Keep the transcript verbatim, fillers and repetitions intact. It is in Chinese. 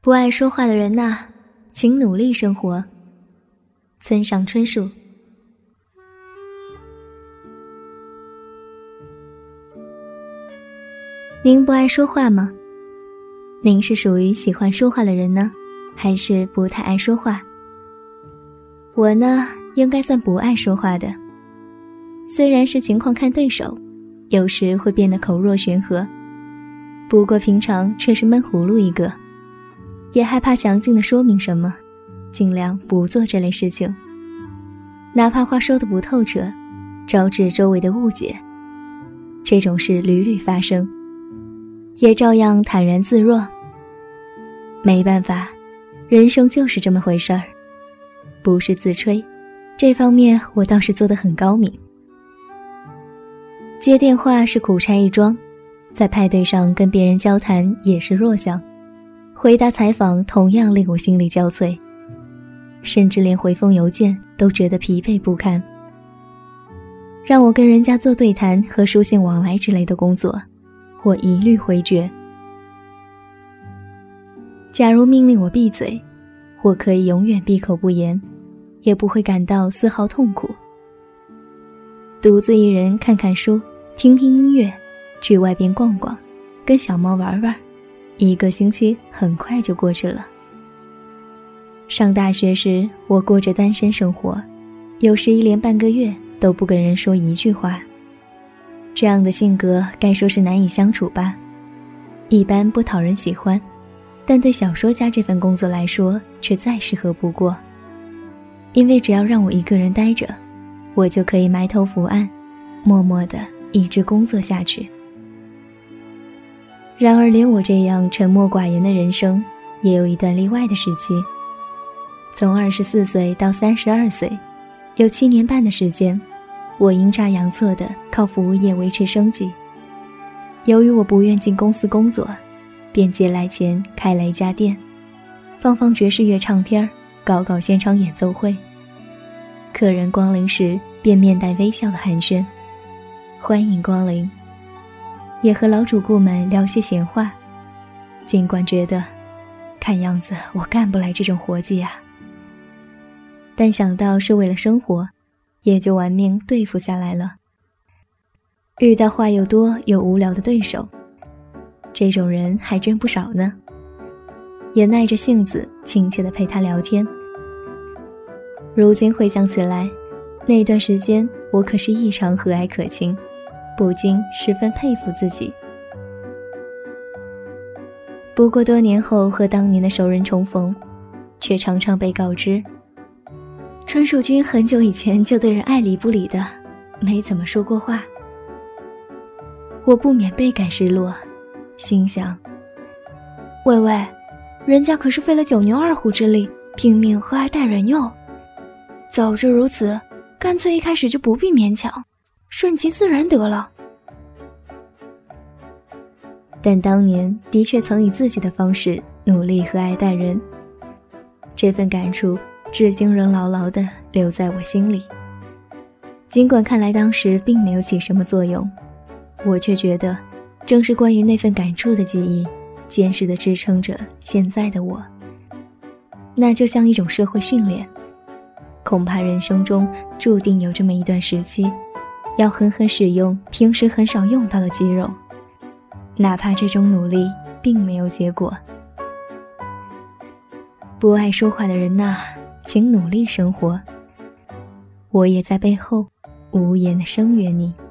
不爱说话的人呐，请努力生活。村上春树。您不爱说话吗？您是属于喜欢说话的人呢，还是不太爱说话？我呢，应该算不爱说话的。虽然是情况看对手，有时会变得口若悬河，不过平常却是闷葫芦一个，也害怕详尽的说明什么，尽量不做这类事情。哪怕话说得不透彻，招致周围的误解，这种事屡屡发生，也照样坦然自若。没办法，人生就是这么回事儿。不是自吹，这方面我倒是做得很高明。接电话是苦差一桩，在派对上跟别人交谈也是弱项，回答采访同样令我心力交瘁，甚至连回封邮件都觉得疲惫不堪。让我跟人家做对谈和书信往来之类的工作，我一律回绝。假如命令我闭嘴，我可以永远闭口不言，也不会感到丝毫痛苦。独自一人看看书，听听音乐，去外边逛逛，跟小猫玩玩，一个星期很快就过去了。上大学时，我过着单身生活，有时一连半个月都不跟人说一句话。这样的性格该说是难以相处吧，一般不讨人喜欢，但对小说家这份工作来说却再适合不过。因为只要让我一个人待着，我就可以埋头伏案，默默地一直工作下去。然而连我这样沉默寡言的人生，也有一段例外的时期。从二十四岁到三十二岁，有七年半的时间，我阴差阳错地靠服务业维持生计。由于我不愿进公司工作，便借来钱开了一家店，放放爵士乐唱片，搞搞现场演奏会。客人光临时便面带微笑的寒暄，欢迎光临，也和老主顾们聊些闲话。尽管觉得看样子我干不来这种活计啊，但想到是为了生活，也就玩命对付下来了。遇到话又多又无聊的对手，这种人还真不少呢，也耐着性子亲切地陪他聊天。如今回想起来，那段时间我可是异常和蔼可亲，不禁十分佩服自己。不过多年后和当年的熟人重逢，却常常被告知，春树君很久以前就对人爱理不理的，没怎么说过话。我不免倍感失落，心想，喂喂，人家可是费了九牛二虎之力，拼命和蔼待人哟。早知如此，干脆一开始就不必勉强，顺其自然得了。但当年的确曾以自己的方式努力和蔼待人，这份感触至今仍牢牢地留在我心里。尽管看来当时并没有起什么作用，我却觉得正是关于那份感触的记忆，坚实地支撑着现在的我。那就像一种社会训练，恐怕人生中注定有这么一段时期，要狠狠使用平时很少用到的肌肉，哪怕这种努力并没有结果。不爱说话的人呐，请努力生活。我也在背后无言地声援你。